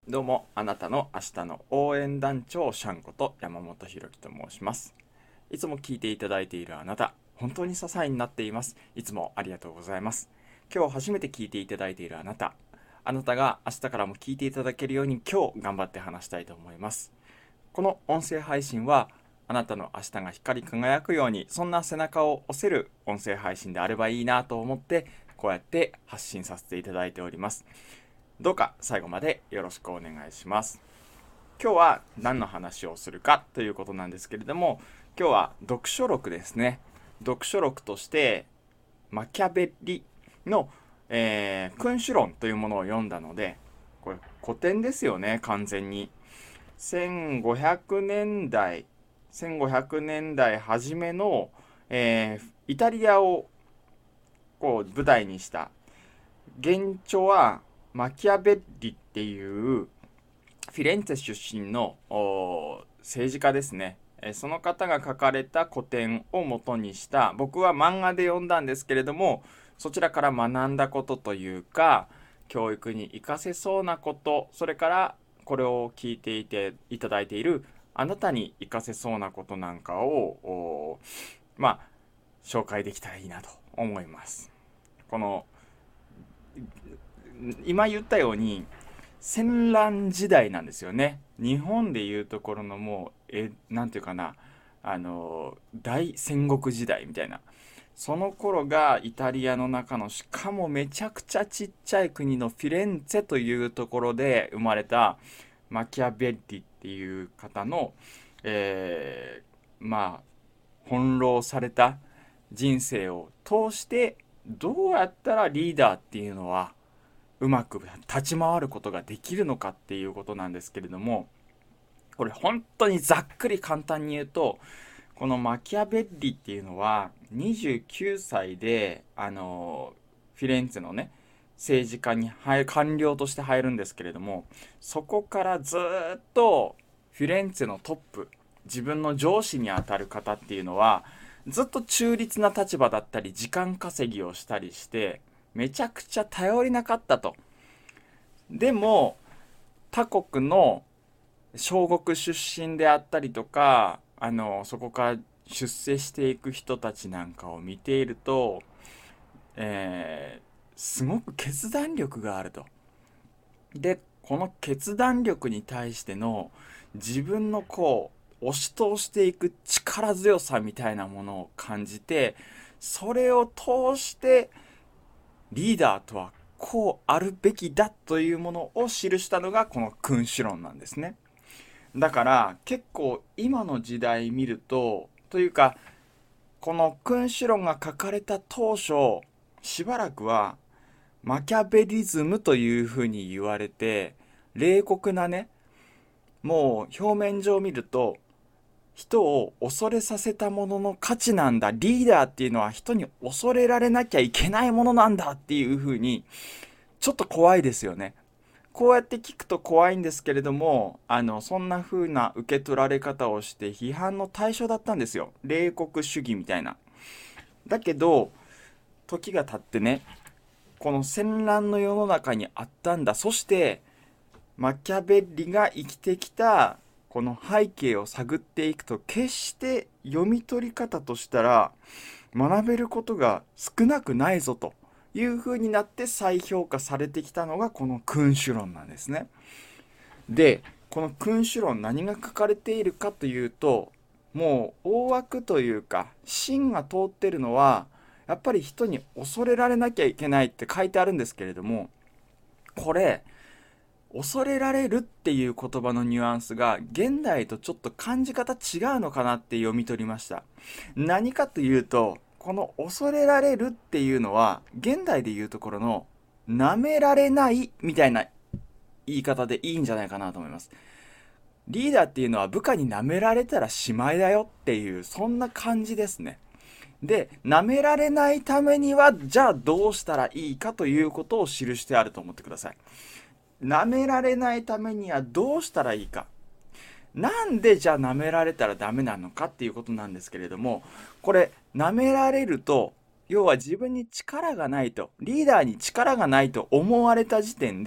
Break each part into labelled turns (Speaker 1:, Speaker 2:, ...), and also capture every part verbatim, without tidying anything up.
Speaker 1: どうも、あなたの明日の応援団長シャンこと山本ひろきと申します。いつも聞いていただいているあなた、本当に支えになっています。いつもありがとうございます。今日初めて聞いていただいているあなた、あなたが明日からも聞いていただけるように今日頑張って話したいと思います。この音声配信はあなたの明日が光り輝くように、そんな背中を押せる音声配信であればいいなと思ってこうやって発信させていただいております。どうか最後までよろしくお願いします。今日は何の話をするかということなんですけれども、今日は読書録ですね。読書録としてマキャベリの、えー、君主論というものを読んだので、これ古典ですよね、完全に。せんごひゃくねんだい、せんごひゃくねんだい初めの、えーイタリアをこう舞台にした。原著はマキャベリっていうフィレンツェ出身の政治家ですね。その方が書かれた古典を元にした、僕は漫画で読んだんですけれども、そちらから学んだことというか、教育に活かせそうなこと、それからこれを聞いていていただいているあなたに活かせそうなことなんかをまあ紹介できたらいいなと思います。この今言ったように戦乱時代なんですよね。日本でいうところのもうえなんていうかな、あの大戦国時代みたいな、その頃がイタリアの中のしかもめちゃくちゃちっちゃい国のフィレンツェというところで生まれたマキャベリっていう方の、えー、まあ翻弄された人生を通してどうやったらリーダーっていうのはうまく立ち回ることができるのかっていうことなんですけれども、これ本当にざっくり簡単に言うと、このマキアベッリっていうのはにじゅうきゅうさいであのフィレンツェのね政治家に入る官僚として入るんですけれども、そこからずっとフィレンツェのトップ、自分の上司にあたる方っていうのはずっと中立な立場だったり時間稼ぎをしたりしてめちゃくちゃ頼りなかったと。でも他国の小国出身であったりとか、あのそこから出世していく人たちなんかを見ていると、えーすごく決断力があると。でこの決断力に対しての自分のこう押し通していく力強さみたいなものを感じて、それを通してリーダーとはこうあるべきだというものを記したのがこの君主論なんですね。だから結構今の時代見ると、というかこの君主論が書かれた当初しばらくはマキャベリズムというふうに言われて、冷酷なね、もう表面上見ると人を恐れさせたものの価値なんだ、リーダーっていうのは人に恐れられなきゃいけないものなんだっていう風にちょっと怖いですよね。こうやって聞くと怖いんですけれども、あのそんな風な受け取られ方をして批判の対象だったんですよ、冷酷主義みたいな。だけど時が経ってね、この戦乱の世の中にあったんだ、そしてマキャベリが生きてきたこの背景を探っていくと、決して読み取り方としたら学べることが少なくないぞという風になって再評価されてきたのがこの君主論なんですね。でこの君主論、何が書かれているかというと、もう大枠というか芯が通ってるのはやっぱり人に恐れられなきゃいけないって書いてあるんですけれども、これ恐れられるっていう言葉のニュアンスが現代とちょっと感じ方違うのかなって読み取りました。何かというと、この恐れられるっていうのは現代でいうところの舐められないみたいな言い方でいいんじゃないかなと思います。リーダーっていうのは部下に舐められたらしまいだよっていう、そんな感じですね。で舐められないためにはじゃあどうしたらいいかということを記してあると思ってください。舐められないためにはどうしたらいいか、なんでじゃあ舐められたらダメなのかっていうことなんですけれども、これ舐められると、要は自分に力がないと、リーダーに力がないと思われた時点で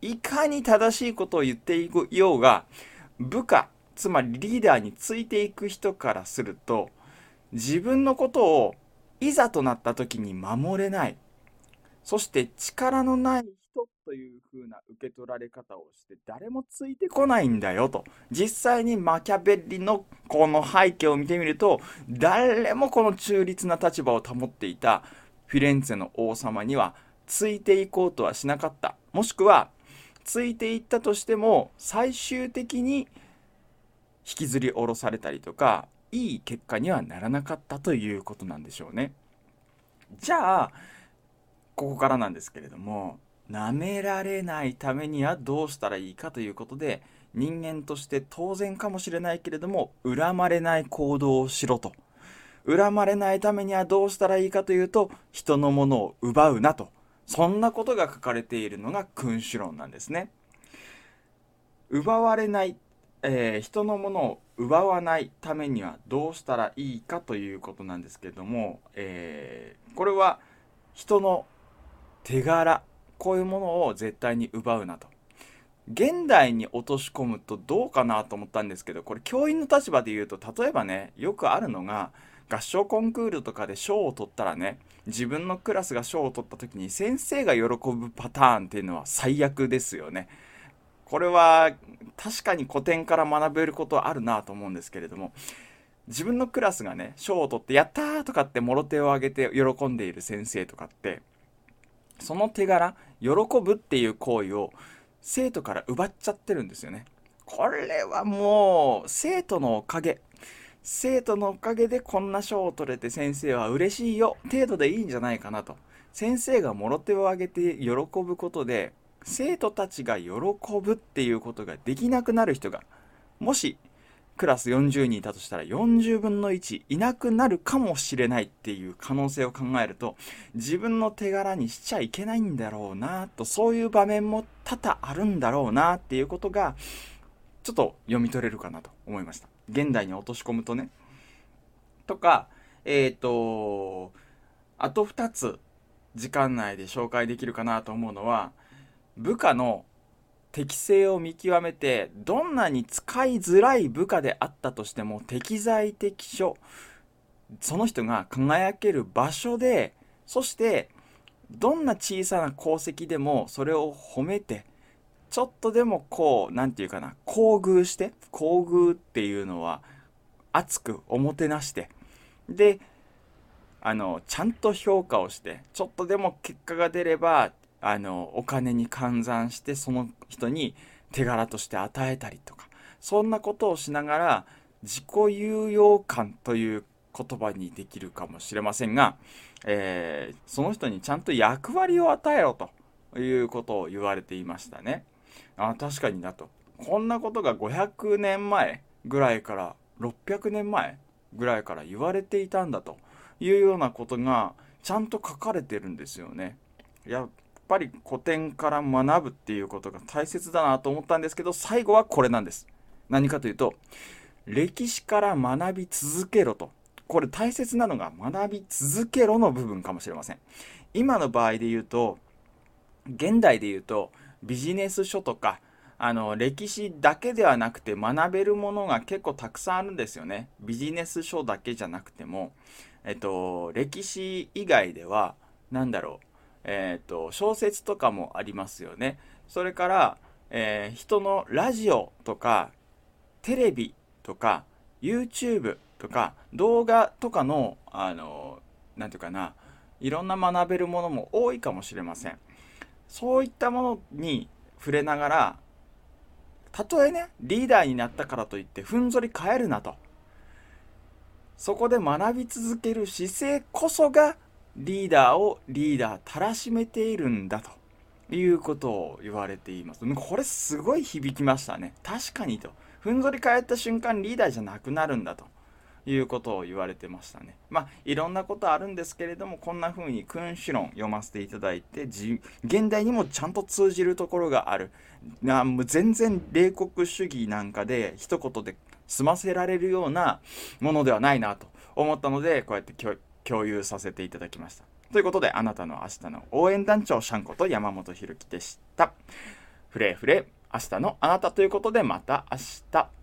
Speaker 1: いかに正しいことを言っていようが、部下、つまりリーダーについていく人からすると、自分のことをいざとなった時に守れない、そして力のない人という風な受け取られ方をして誰もついてこないんだよと。実際にマキャベリのこの背景を見てみると、誰もこの中立な立場を保っていたフィレンツェの王様にはついていこうとはしなかった。もしくはついていったとしても最終的に引きずり下ろされたりとか、いい結果にはならなかったということなんでしょうね。じゃあここからなんですけれども、舐められないためにはどうしたらいいかということで、人間として当然かもしれないけれども恨まれない行動をしろと。恨まれないためにはどうしたらいいかというと、人のものを奪うなと。そんなことが書かれているのが君主論なんですね。奪われない、えー人のものを奪わないためにはどうしたらいいかということなんですけれども、えーこれは人の手柄、こういうものを絶対に奪うなと。現代に落とし込むとどうかなと思ったんですけど、これ教員の立場で言うと、例えばね、よくあるのが合唱コンクールとかで賞を取ったらね、自分のクラスが賞を取った時に先生が喜ぶパターンっていうのは最悪ですよね。これは確かに古典から学べることはあるなと思うんですけれども、自分のクラスがね賞を取ってやったーとかってもろ手を挙げて喜んでいる先生とかって、その手柄、喜ぶっていう行為を生徒から奪っちゃってるんですよね。これはもう生徒のおかげ、生徒のおかげでこんな賞を取れて先生は嬉しいよ程度でいいんじゃないかなと。先生がもろ手を挙げて喜ぶことで、生徒たちが喜ぶっていうことができなくなる人が、もしクラスよんじゅうにんいたとしたらよんじゅうぶんのいちいなくなるかもしれないっていう可能性を考えると、自分の手柄にしちゃいけないんだろうなと、そういう場面も多々あるんだろうなっていうことがちょっと読み取れるかなと思いました。現代に落とし込むとね。とか、えっとあとふたつ時間内で紹介できるかなと思うのは、部下の適性を見極めて、どんなに使いづらい部下であったとしても適材適所、その人が輝ける場所で、そしてどんな小さな功績でもそれを褒めて、ちょっとでもこうなんていうかな、厚遇して、厚遇っていうのは熱くおもてなして、であのちゃんと評価をして、ちょっとでも結果が出ればあのお金に換算してその人に手柄として与えたりとか、そんなことをしながら自己有用感という言葉にできるかもしれませんが、えーその人にちゃんと役割を与えろということを言われていましたね。あ、確かになと。こんなことがごひゃくねんまえぐらいからろっぴゃくねんまえぐらいから言われていたんだというようなことがちゃんと書かれてるんですよね。やっぱり古典から学ぶっていうことが大切だなと思ったんですけど、最後はこれなんです。何かというと、歴史から学び続けろと。これ大切なのが学び続けろの部分かもしれません。今の場合で言うと、現代で言うとビジネス書とか、あの歴史だけではなくて学べるものが結構たくさんあるんですよね。ビジネス書だけじゃなくても、えっと、歴史以外では何だろう、えっと、小説とかもありますよね。それから、えー人のラジオとかテレビとか YouTube とか動画とかの、あのなんていうかな、いろんな学べるものも多いかもしれません。そういったものに触れながら、たとえねリーダーになったからといってふんぞり返るなと。そこで学び続ける姿勢こそがリーダーをリーダーたらしめているんだということを言われています。これすごい響きましたね。確かにと。ふんぞり返った瞬間リーダーじゃなくなるんだということを言われてましたね。まあいろんなことあるんですけれども、こんな風に君主論読ませていただいて、現代にもちゃんと通じるところがある。なもう全然冷酷主義なんかで一言で済ませられるようなものではないなと思ったので、こうやって共有させていただきました。ということで、あなたの明日の応援団長シャンこと山本ひろきでした。 フレフレ明日のあなたということで、また明日。